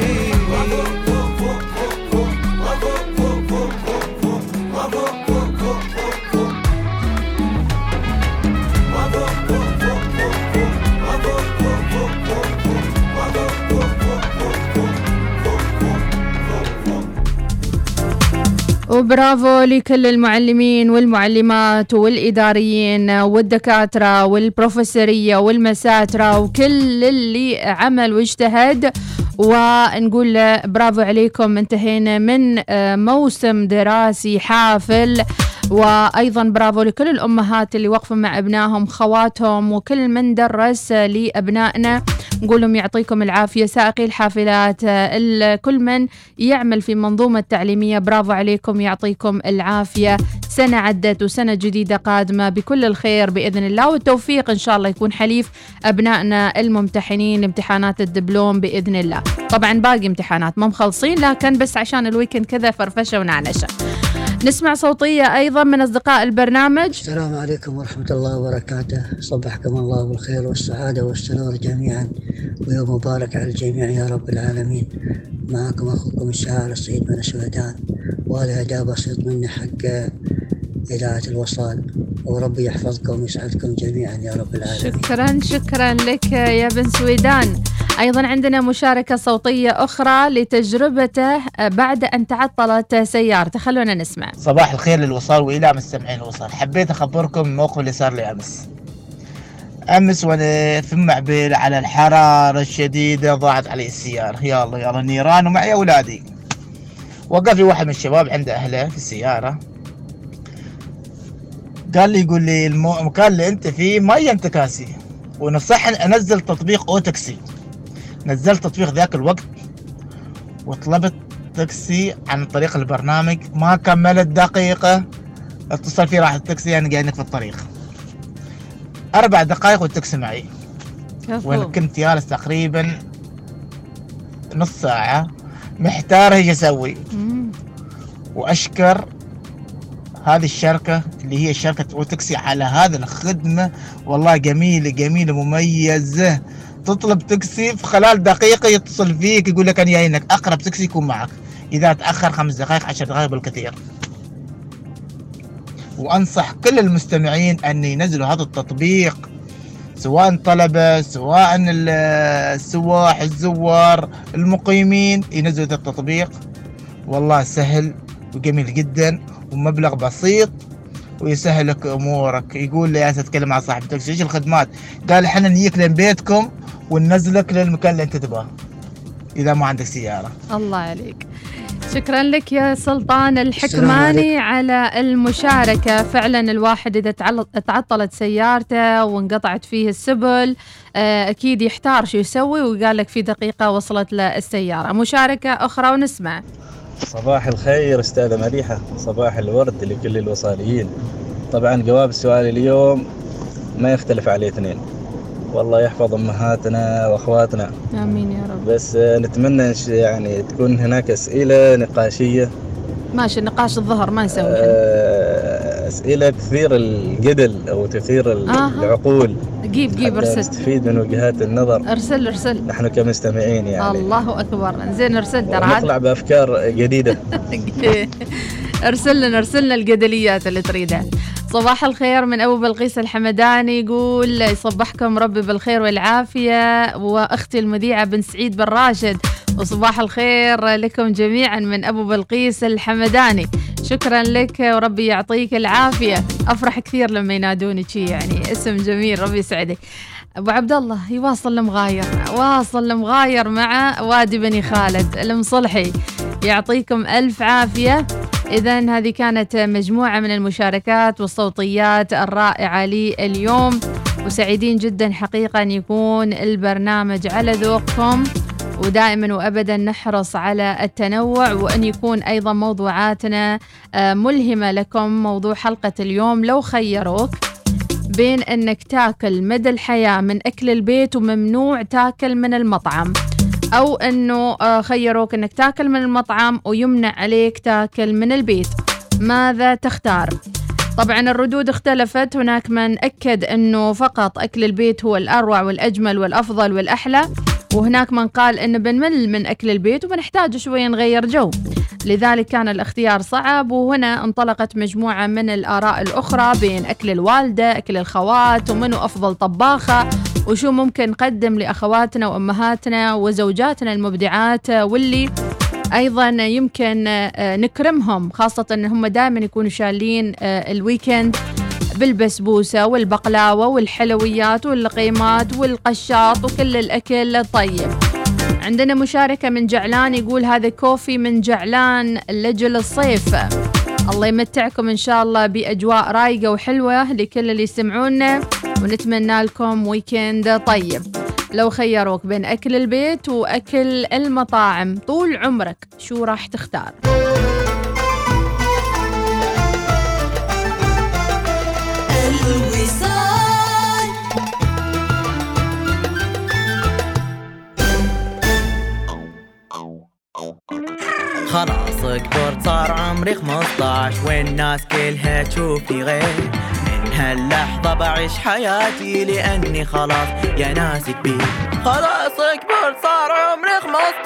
وبرافو لكل المعلمين والمعلمات والإداريين والدكاترة والبروفيسورية والمساترة وكل اللي عمل واجتهد، ونقول برافو عليكم. انتهينا من موسم دراسي حافل، وأيضا برافو لكل الأمهات اللي وقفوا مع أبنائهم خواتهم وكل من درس لأبنائنا. نقول لهم يعطيكم العافية. سائقي الحافلات، كل من يعمل في منظومة تعليمية، برافو عليكم يعطيكم العافية. سنة عدت وسنة جديدة قادمة بكل الخير بإذن الله والتوفيق إن شاء الله يكون حليف أبنائنا الممتحنين لامتحانات الدبلوم بإذن الله. طبعا باقي امتحانات ما مخلصين، لكن بس عشان الويكند كذا فرفشة ونعنشة. نسمع صوتية أيضا من أصدقاء البرنامج. السلام عليكم ورحمة الله وبركاته، صبحكم الله بالخير والسعادة والسرور جميعا، ويوم مبارك على الجميع يا رب العالمين. معكم أخوكم الشاعر السعيد بن سويدان، وهذا أداء بسيط مني حق إذاعة الوصال، وربي يحفظكم ويسعدكم جميعا يا رب العالمين. شكرا لك يا بن سويدان. أيضا عندنا مشاركة صوتية أخرى لتجربته بعد أن تعطلت سيارته، خلونا نسمع. صباح الخير للوصال وإلى مستمعين الوصال، حبيت أخبركم الموقف اللي صار لي أمس وأنا في المعبر على الحرارة الشديدة ضاعت علي السيارة، يلا نيران ومعي أولادي. وقف لي واحد من الشباب عند أهله في السيارة، قال لي يقول لي المكان اللي أنت فيه ما ينتكاسي، ونصح أنزل تطبيق أو تاكسي. نزلت تطبيق ذاك الوقت وطلبت تاكسي عن طريق البرنامج، ما كملت دقيقة اتصل فيه راح التاكسي، يعني قاعدينك في الطريق 4 دقائق والتاكسي معي، وانا كنت جالس تقريبا نص ساعة محتار ايش اسوي. واشكر هذه الشركة اللي هي شركة أوتاكسي على هذه الخدمة، والله جميلة مميزة. تطلب تاكسي في خلال دقيقة يتصل فيك يقول لك أنا جايينك، أقرب تاكسي يكون معك، إذا تأخر 5 دقائق 10 دقائق بالكثير. وأنصح كل المستمعين أن ينزلوا هذا التطبيق، سواء طلبة سواء السواح الزوار المقيمين، ينزلوا هذا التطبيق، والله سهل وجميل جدا ومبلغ بسيط ويسهل لك امورك. يقول لي اتكلم مع صاحب التاكسي ايش الخدمات، قال احنا نجيك لين بيتكم وننزلك للمكان اللي انت تبغاه اذا ما عندك سياره. الله عليك، شكرا لك يا سلطان الحكماني على المشاركة. فعلا الواحد إذا تعطلت سيارته وانقطعت فيه السبل أكيد يحتار شو يسوي، وقال لك في دقيقة وصلت له السيارة. مشاركة أخرى ونسمع. صباح الخير أستاذة مديحة، صباح الورد لكل الوصاليين. طبعا جواب السؤال اليوم ما يختلف عليه اثنين، والله يحفظ أمهاتنا وأخواتنا. آمين يا رب. بس نتمنى يعني تكون هناك أسئلة نقاشية ماشي، نقاش الظهر ما نسوي. أسئلة تثير الجدل أو تثير العقول. جيب ارسل، نستفيد من وجهات النظر. ارسل نحن كمستمعين يعني. الله أكبر. زين ارسل نطلع بأفكار جديدة. ارسلنا الجدليات اللي تريدها. صباح الخير من أبو بلقيس الحمداني، يقول يصبحكم ربي بالخير والعافية، وأختي المذيعة بن سعيد بن راشد. وصباح الخير لكم جميعا من أبو بلقيس الحمداني. شكرا لك وربي يعطيك العافية. أفرح كثير لما ينادوني شي، يعني اسم جميل، ربي يسعدك. أبو عبد الله يواصل المغاير مع وادي بني خالد المصلحي. يعطيكم ألف عافية. إذن هذه كانت مجموعة من المشاركات والصوتيات الرائعة لي اليوم، وسعيدين جدا حقيقة أن يكون البرنامج على ذوقكم، ودائما وأبدا نحرص على التنوع، وأن يكون أيضا موضوعاتنا ملهمة لكم. موضوع حلقة اليوم: لو خيروك بين أنك تاكل مدى الحياة من أكل البيت وممنوع تاكل من المطعم، أو أنه خيروك أنك تاكل من المطعم ويمنع عليك تاكل من البيت، ماذا تختار؟ طبعا الردود اختلفت. هناك من أكد أنه فقط أكل البيت هو الأروع والأجمل والأفضل والأحلى، وهناك من قال أنه بنمل من أكل البيت وبنحتاج شوية نغير جو. لذلك كان الاختيار صعب، وهنا انطلقت مجموعة من الآراء الأخرى بين أكل الوالدة، أكل الخوات، ومنو أفضل طباخة، وشو ممكن نقدم لأخواتنا وأمهاتنا وزوجاتنا المبدعات، واللي أيضا يمكن نكرمهم، خاصة أنهم دائما يكونوا شالين الويكند بالبسبوسة والبقلاوة والحلويات واللقيمات والقشاط وكل الأكل الطيب. عندنا مشاركة من جعلان، يقول هذا كوفي من جعلان لجل الصيف. الله يمتعكم إن شاء الله بأجواء رايقة وحلوة لكل اللي يسمعونا، ونتمنى لكم ويكند طيب. لو خيروك بين أكل البيت وأكل المطاعم طول عمرك، شو راح تختار؟ خلاص كبرت صار عمري 15 والناس كلها تشوفني غير، من هاللحظة بعيش حياتي لأني خلاص يا ناس كبير. خلاص كبرت صار عمري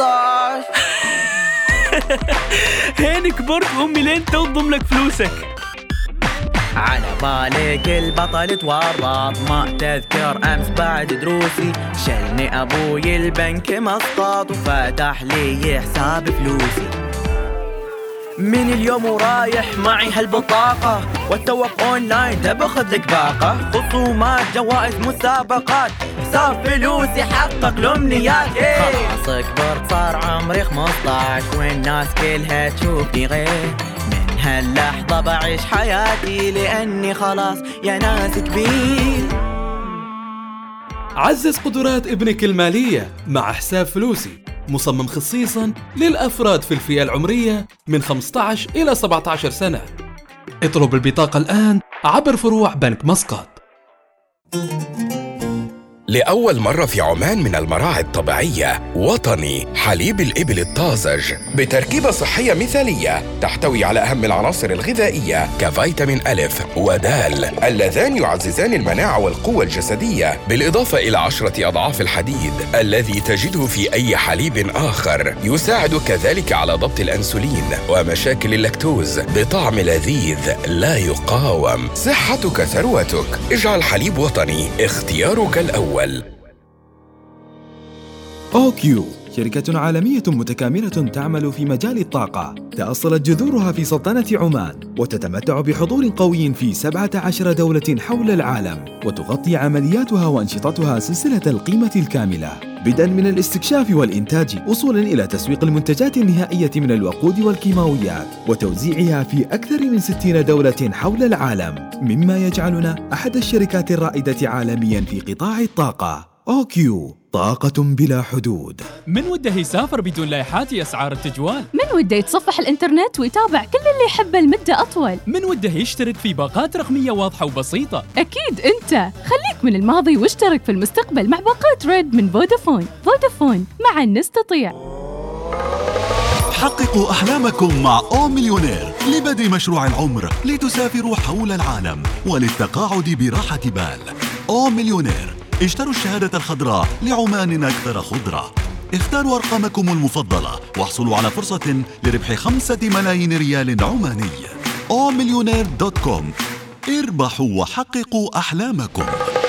15. هين كبرت أمي لين تنظم لك فلوسك. على بالك البطل تورط، ما تذكر أمس بعد دروسي شلني أبوي البنك مسقط وفتح لي حساب فلوسي. من اليوم ورايح معي هالبطاقة، والتوقع أونلاين تبخذ لك باقة، خصومات جوائز مسابقات، حساب فلوسي حقق الأمنيات. خلاص كبرت صار عمري 15 والناس كلها تشوفني غير، من هاللحظة بعيش حياتي لأني خلاص يا ناس كبير. عزز قدرات ابنك المالية مع حساب فلوسي، مصمم خصيصاً للأفراد في الفئة العمرية من 15 إلى 17 سنة. اطلب البطاقة الآن عبر فروع بنك مسقط. لأول مرة في عمان من المراعي الطبيعية وطني حليب الإبل الطازج بتركيبة صحية مثالية تحتوي على أهم العناصر الغذائية كفيتامين ألف ودال اللذان يعززان المناعة والقوة الجسدية، بالإضافة إلى 10 أضعاف الحديد الذي تجده في أي حليب آخر. يساعد كذلك على ضبط الأنسولين ومشاكل اللاكتوز بطعم لذيذ لا يقاوم. صحتك ثروتك، اجعل حليب وطني اختيارك الأول. أوكيو شركة عالمية متكاملة تعمل في مجال الطاقة، تأصلت جذورها في سلطنة عمان وتتمتع بحضور قوي في 17 دولة حول العالم، وتغطي عملياتها وأنشطتها سلسلة القيمة الكاملة، بدءاً من الاستكشاف والإنتاج وصولاً إلى تسويق المنتجات النهائية من الوقود والكيماويات وتوزيعها في أكثر من 60 دولة حول العالم، مما يجعلنا أحد الشركات الرائدة عالمياً في قطاع الطاقة. أوكيو، طاقة بلا حدود. من وده يسافر بدون لايحات أسعار التجوال؟ من وده يتصفح الإنترنت ويتابع كل اللي يحبه لمدة أطول؟ من وده يشترك في باقات رقمية واضحة وبسيطة؟ أكيد أنت. خليك من الماضي واشترك في المستقبل مع باقات ريد من فودافون. فودافون، معا نستطيع. حققوا أحلامكم مع أو مليونير لبدء مشروع العمر لتسافروا حول العالم وللتقاعد براحة بال. أو مليونير، اشتروا الشهادة الخضراء لعمان أكثر خضرة. اختاروا أرقامكم المفضلة واحصلوا على فرصة لربح 5 ملايين ريال عماني. omillionaire.com. اربحوا وحققوا أحلامكم.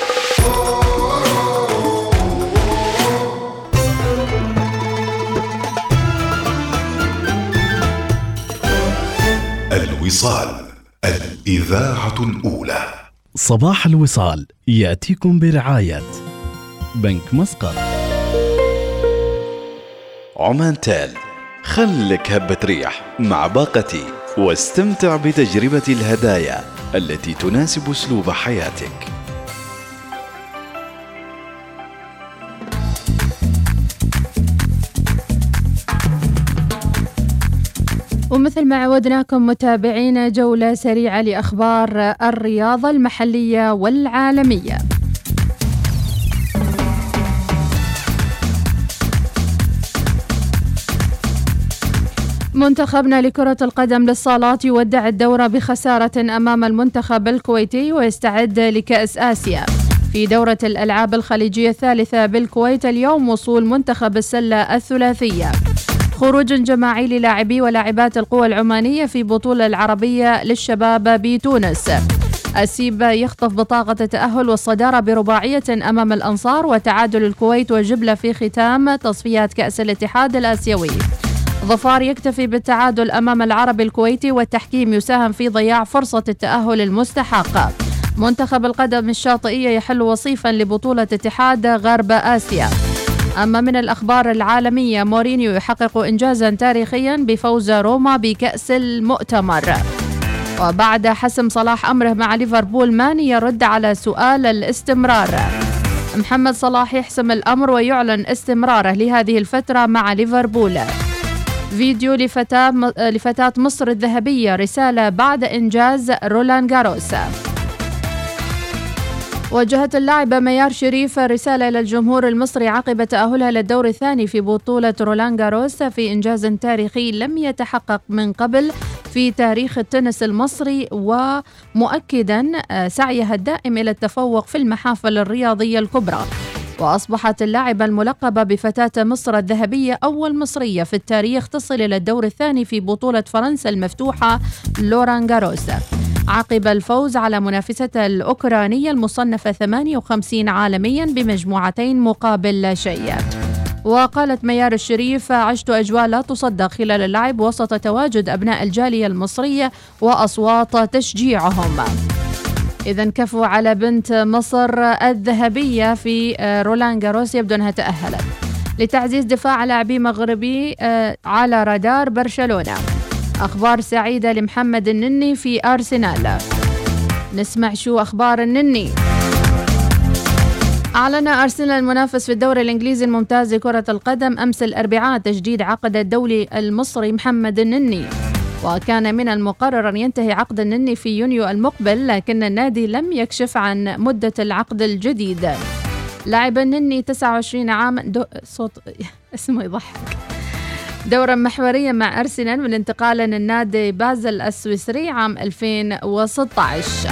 الوصال، الإذاعة الأولى. صباح الوصال يأتيكم برعاية بنك مسقط. عمان تال، خلك هبة ريح مع باقتي واستمتع بتجربة الهدايا التي تناسب أسلوب حياتك. ومثل ما عودناكم متابعينا، جولة سريعة لأخبار الرياضة المحلية والعالمية. منتخبنا لكرة القدم للصالات يودع الدورة بخسارة أمام المنتخب الكويتي ويستعد لكأس آسيا. في دورة الألعاب الخليجية الثالثة بالكويت اليوم وصول منتخب السلة الثلاثية. خروج جماعي للاعبي ولاعبات القوى العمانية في بطولة العربية للشباب بتونس. السيب يخطف بطاقة التأهل والصدارة برباعية أمام الأنصار، وتعادل الكويت وجبلة في ختام تصفيات كأس الاتحاد الآسيوي. ظفار يكتفي بالتعادل أمام العربي الكويتي، والتحكيم يساهم في ضياع فرصة التأهل المستحقة. منتخب القدم الشاطئية يحل وصيفا لبطولة اتحاد غرب آسيا. أما من الأخبار العالمية، مورينيو يحقق إنجازا تاريخيا بفوز روما بكأس المؤتمر. وبعد حسم صلاح أمره مع ليفربول، ماني يرد على سؤال الاستمرار. محمد صلاح يحسم الأمر ويعلن استمراره لهذه الفترة مع ليفربول. فيديو لفتاة مصر الذهبية، رسالة بعد إنجاز رولان جاروس. وجهت اللاعبة ميار شريف رسالة إلى الجمهور المصري عقب تأهلها للدور الثاني في بطولة رولان جاروس في إنجاز تاريخي لم يتحقق من قبل في تاريخ التنس المصري، ومؤكدا سعيها الدائم إلى التفوق في المحافل الرياضية الكبرى. وأصبحت اللاعبة الملقبة بفتاة مصر الذهبية أول مصرية في التاريخ تصل إلى الدور الثاني في بطولة فرنسا المفتوحة لوران جاروس، عقب الفوز على منافستها الأوكرانية المصنفة 58 عالميا بمجموعتين مقابل لا شيء. وقالت ميار الشريف: عشت أجواء لا تصدق خلال اللعب وسط تواجد أبناء الجالية المصرية وأصوات تشجيعهم. إذن كفوا على بنت مصر الذهبية في رولان جاروس، يبدو أنها تأهلت. لتعزيز دفاع لاعبي مغربي على رادار برشلونة. أخبار سعيدة لمحمد النني في أرسنال. نسمع شو أخبار النني. أعلن أرسنال المنافس في الدوري الإنجليزي الممتاز لكرة القدم أمس الأربعاء تجديد عقد الدولي المصري محمد النني، وكان من المقرر أن ينتهي عقد النني في يونيو المقبل، لكن النادي لم يكشف عن مدة العقد الجديد. لاعب النني 29 عام صوت اسمه يضحك، دورا محوريا مع أرسنال من انتقاله للنادي بازل السويسري عام 2016.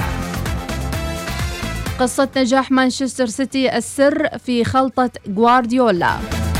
قصة نجاح مانشستر سيتي، السر في خلطة غوارديولا.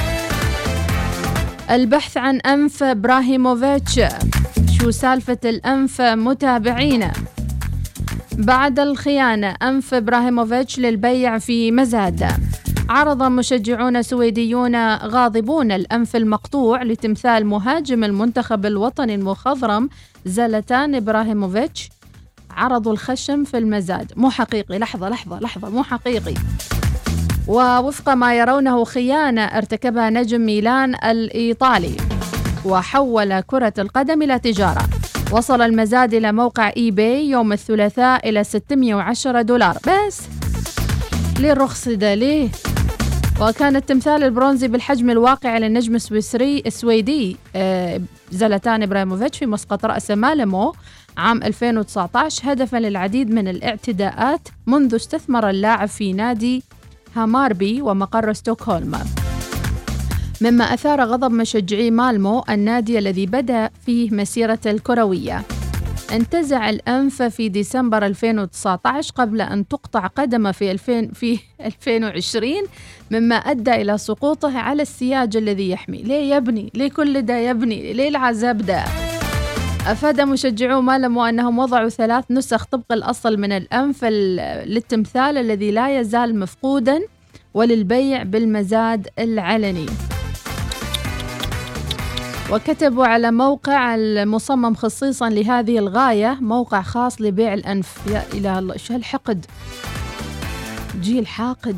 البحث عن أنف إبراهيموفيتش، شو سالفة الأنف متابعينا؟ بعد الخيانة، أنف إبراهيموفيتش للبيع في مزاد. عرض مشجعون سويديون غاضبون الأنف المقطوع لتمثال مهاجم المنتخب الوطني المخضرم زلاتان إبراهيموفيتش. عرضوا الخشم في المزاد. مو حقيقي، لحظة مو حقيقي. ووفق ما يرونه خيانة ارتكبها نجم ميلان الإيطالي وحول كرة القدم إلى تجارة. وصل المزاد إلى موقع إيباي يوم الثلاثاء إلى $610. بس ليه الرخص ده ليه؟ وكان التمثال البرونزي بالحجم الواقعي للنجم السويدي زلاتان إبراهيموفيتش في مسقط رأس مالمو عام 2019 هدفا للعديد من الاعتداءات منذ استثمر اللاعب في نادي هاماربي ومقر ستوكهولم. مما أثار غضب مشجعي مالمو النادي الذي بدأ فيه مسيرته الكروية. انتزع الأنف في ديسمبر 2019 قبل أن تقطع قدمه في 2020 مما أدى إلى سقوطه على السياج الذي يحمي. ليه يا ابني؟ ليه كل ده يا ابني؟ ليه العذاب ده؟ أفاد مشجعو مالمو أنهم وضعوا 3 نسخ طبق الأصل من الأنف للتمثال الذي لا يزال مفقوداً وللبيع بالمزاد العلني. وكتبوا على موقع المصمم خصيصا لهذه الغاية، موقع خاص لبيع الأنف. يا إله الله، شو هالحقد، جيل حاقد.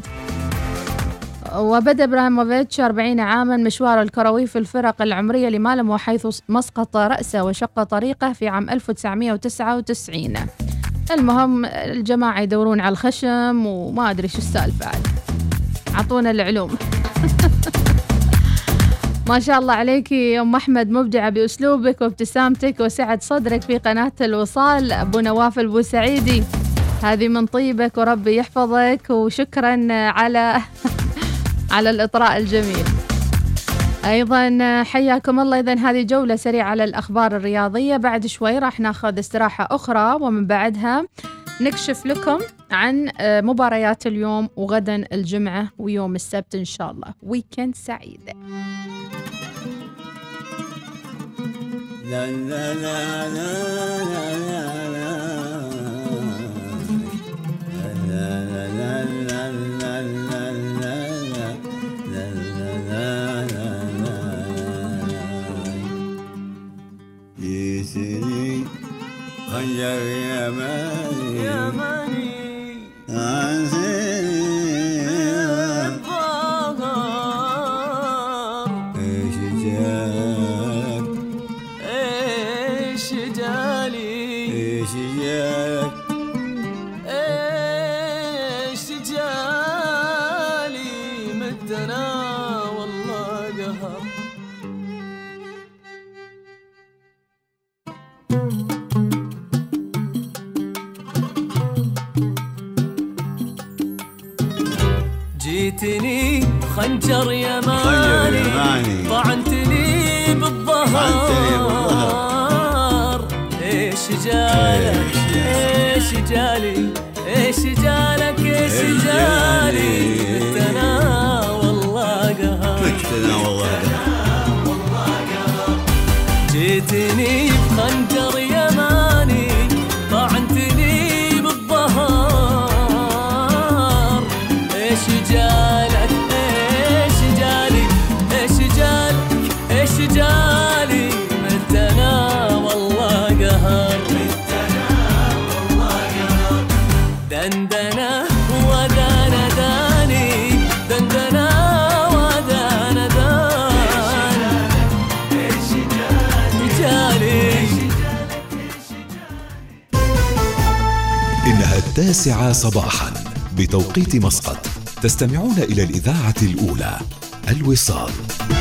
وبدأ إبراهيموفيتش 40 عاما مشواره الكروي في الفرق العمرية لمالمو، حيث مسقط رأسه وشق طريقه في عام 1999. المهم الجماعة يدورون على الخشم وما أدري شو السالفة، عطونا العلوم. ما شاء الله عليكي يا أم أحمد، مبدعة بأسلوبك وابتسامتك وسعة صدرك في قناة الوصال. أبو نواف البوسعيدي، هذه من طيبك وربي يحفظك، وشكرا على الإطراء الجميل. أيضا حياكم الله. إذن هذه جولة سريعة على الأخبار الرياضية. بعد شوي راح ناخذ استراحة أخرى، ومن بعدها نكشف لكم عن مباريات اليوم وغدا الجمعة ويوم السبت إن شاء الله. ويكند سعيد. لا لا لا لا خنجر يماني عزيز الظهر، ايش جاك ايش جالي ايش جاك ايش جالي، متنا والله قهر. جيتني خنجر يماني طعنتني بالظهر، ايش جالك ايش جالي ايش جالك ايش جالي، متنا والله قهر متنا والله قهر. جيتني بخنجر يماني طعنتني بالظهر، ايش جالك ايش جالي ايش جالك ايش جالي، متنا والله قهر متنا والله قهر. دندنا ودانا داني دندنا ودانا دان، ايش جالي. إنها 9 صباحا بتوقيت مسقط. تستمعون إلى الإذاعة الأولى الوصال.